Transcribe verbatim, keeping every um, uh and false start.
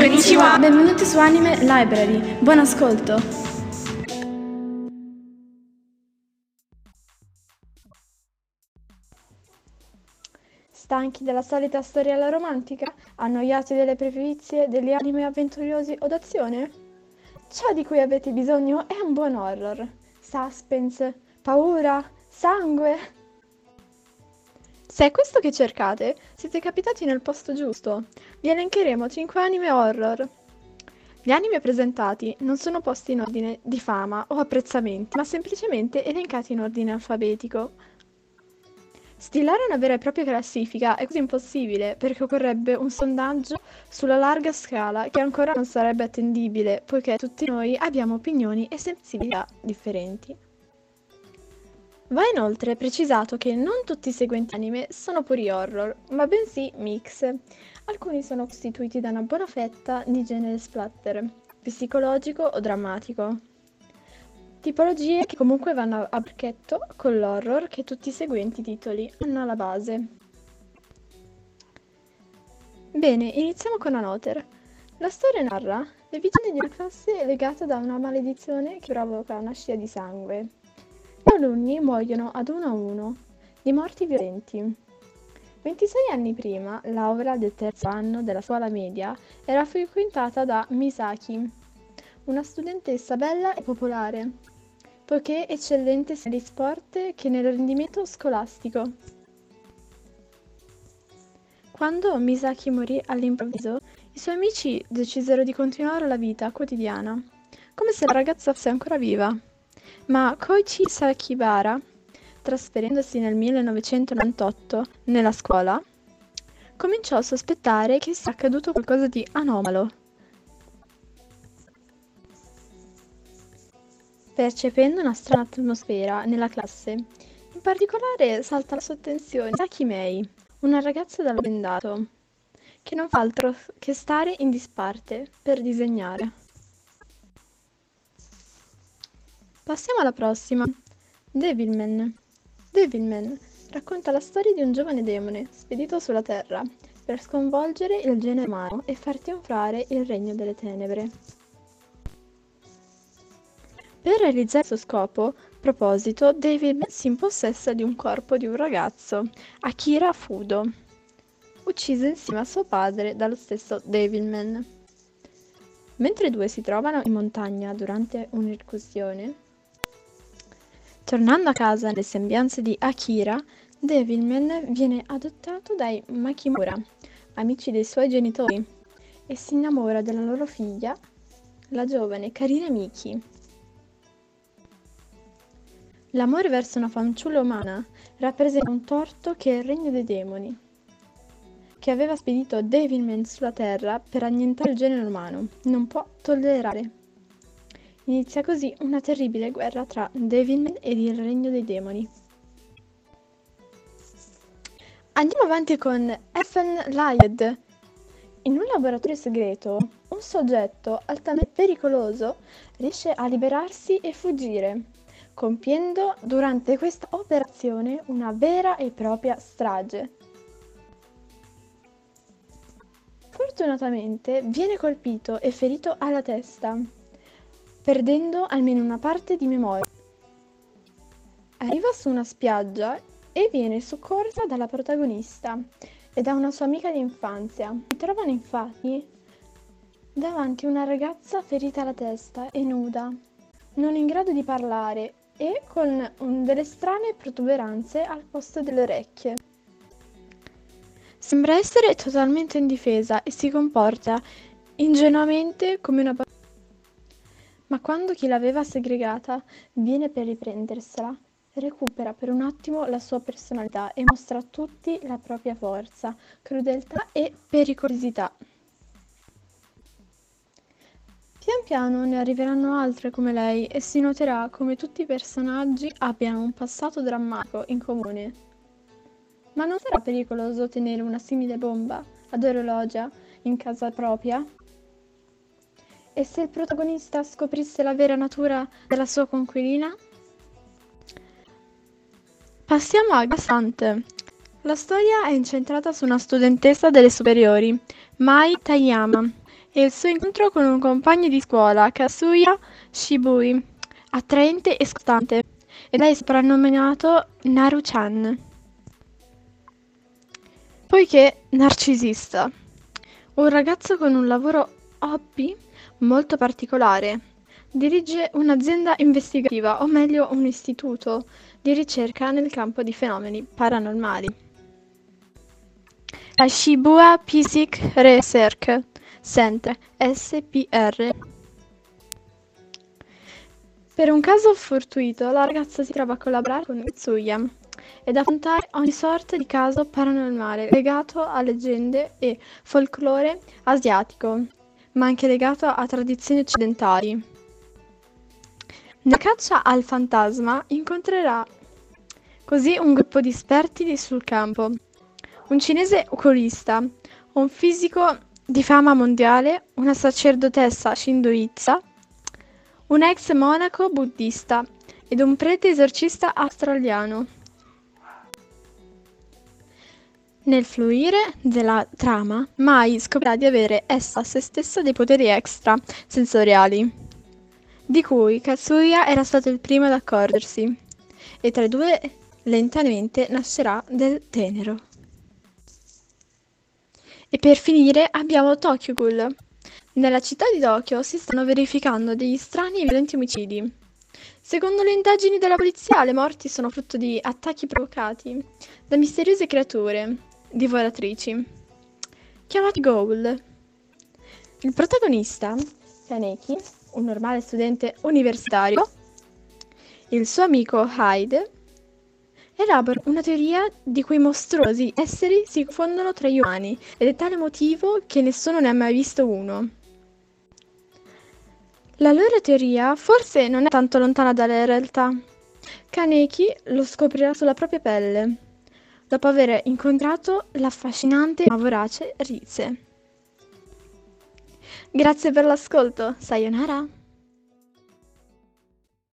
Konnichiwa! Benvenuti su Anime Library, buon ascolto! Stanchi della solita storia alla romantica? Annoiati delle peripezie degli anime avventurosi o d'azione? Ciò di cui avete bisogno è un buon horror. Suspense, paura, sangue. Se è questo che cercate, siete capitati nel posto giusto. Vi elencheremo cinque anime horror. Gli anime presentati non sono posti in ordine di fama o apprezzamenti, ma semplicemente elencati in ordine alfabetico. Stilare una vera e propria classifica è quasi impossibile, perché occorrerebbe un sondaggio sulla larga scala che ancora non sarebbe attendibile, poiché tutti noi abbiamo opinioni e sensibilità differenti. Va inoltre precisato che non tutti i seguenti anime sono puri horror, ma bensì mix. Alcuni sono costituiti da una buona fetta di genere splatter, psicologico o drammatico. Tipologie che comunque vanno a bracchetto con l'horror che tutti i seguenti titoli hanno alla base. Bene, iniziamo con Anoter. La storia narra le vicende di una classe legata da una maledizione che provoca una scia di sangue. Gli alunni muoiono ad uno a uno, di morti violenti. ventisei anni prima, Laura del terzo anno della scuola media era frequentata da Misaki, una studentessa bella e popolare, poiché eccellente sia negli sport che nel rendimento scolastico. Quando Misaki morì all'improvviso, i suoi amici decisero di continuare la vita quotidiana, come se la ragazza fosse ancora viva. Ma Koichi Sakibara, trasferendosi nel millenovecentonovantotto nella scuola, cominciò a sospettare che sia accaduto qualcosa di anomalo. Percependo una strana atmosfera nella classe, in particolare salta alla sua attenzione Saki Mei, una ragazza dal bendato, che non fa altro che stare in disparte per disegnare. Passiamo alla prossima. Devilman. Devilman racconta la storia di un giovane demone spedito sulla Terra per sconvolgere il genere umano e far trionfare il regno delle tenebre. Per realizzare il suo scopo, proposito, Devilman si impossessa di un corpo di un ragazzo, Akira Fudo, ucciso insieme a suo padre dallo stesso Devilman. Mentre i due si trovano in montagna durante un'escursione, tornando a casa nelle sembianze di Akira, Devilman viene adottato dai Makimura, amici dei suoi genitori, e si innamora della loro figlia, la giovane Karina Miki. L'amore verso una fanciulla umana rappresenta un torto che il regno dei demoni, che aveva spedito Devilman sulla Terra per annientare il genere umano, non può tollerare. Inizia così una terribile guerra tra Devilman ed il regno dei demoni. Andiamo avanti con Elfen Lied. In un laboratorio segreto, un soggetto altamente pericoloso riesce a liberarsi e fuggire, compiendo durante questa operazione una vera e propria strage. Fortunatamente viene colpito e ferito alla testa, perdendo almeno una parte di memoria. Arriva su una spiaggia e viene soccorsa dalla protagonista e da una sua amica di infanzia. Si trovano infatti davanti a una ragazza ferita alla testa e nuda, non in grado di parlare e con un, delle strane protuberanze al posto delle orecchie. Sembra essere totalmente indifesa e si comporta ingenuamente come una bambina. Ma quando chi l'aveva segregata viene per riprendersela, recupera per un attimo la sua personalità e mostra a tutti la propria forza, crudeltà e pericolosità. Pian piano ne arriveranno altre come lei e si noterà come tutti i personaggi abbiano un passato drammatico in comune. Ma non sarà pericoloso tenere una simile bomba ad orologia in casa propria? E se il protagonista scoprisse la vera natura della sua coinquilina? Passiamo a Gasante. La storia è incentrata su una studentessa delle superiori, Mai Tayama, e il suo incontro con un compagno di scuola, Kazuya Shibui, attraente e scottante, ed è soprannominato Naru-chan, poiché narcisista. Un ragazzo con un lavoro hobby molto particolare. Dirige un'azienda investigativa, o meglio un istituto di ricerca nel campo di fenomeni paranormali. La Shibuya Psychic Research Center, S P R. Per un caso fortuito, la ragazza si trova a collaborare con Mitsuya ed affrontare ogni sorta di caso paranormale legato a leggende e folklore asiatico, ma anche legato a tradizioni occidentali. Nella caccia al fantasma incontrerà così un gruppo di esperti sul campo, un cinese oculista, un fisico di fama mondiale, una sacerdotessa shintoista, un ex monaco buddista ed un prete esorcista australiano. Nel fluire della trama, Mai scoprirà di avere essa se stessa dei poteri extra sensoriali, di cui Kazuya era stato il primo ad accorgersi, e tra i due lentamente nascerà del tenero. E per finire abbiamo Tokyo Ghoul. Nella città di Tokyo si stanno verificando degli strani e violenti omicidi. Secondo le indagini della polizia, le morti sono frutto di attacchi provocati da misteriose creature divoratrici, chiamate Ghoul. Il protagonista, Kaneki, un normale studente universitario, e il suo amico Hyde elaborano una teoria di cui mostruosi esseri si confondono tra gli umani, ed è tale motivo che nessuno ne ha mai visto uno. La loro teoria forse non è tanto lontana dalla realtà. Kaneki lo scoprirà sulla propria pelle, dopo aver incontrato l'affascinante ma vorace Rise. Grazie per l'ascolto, sayonara!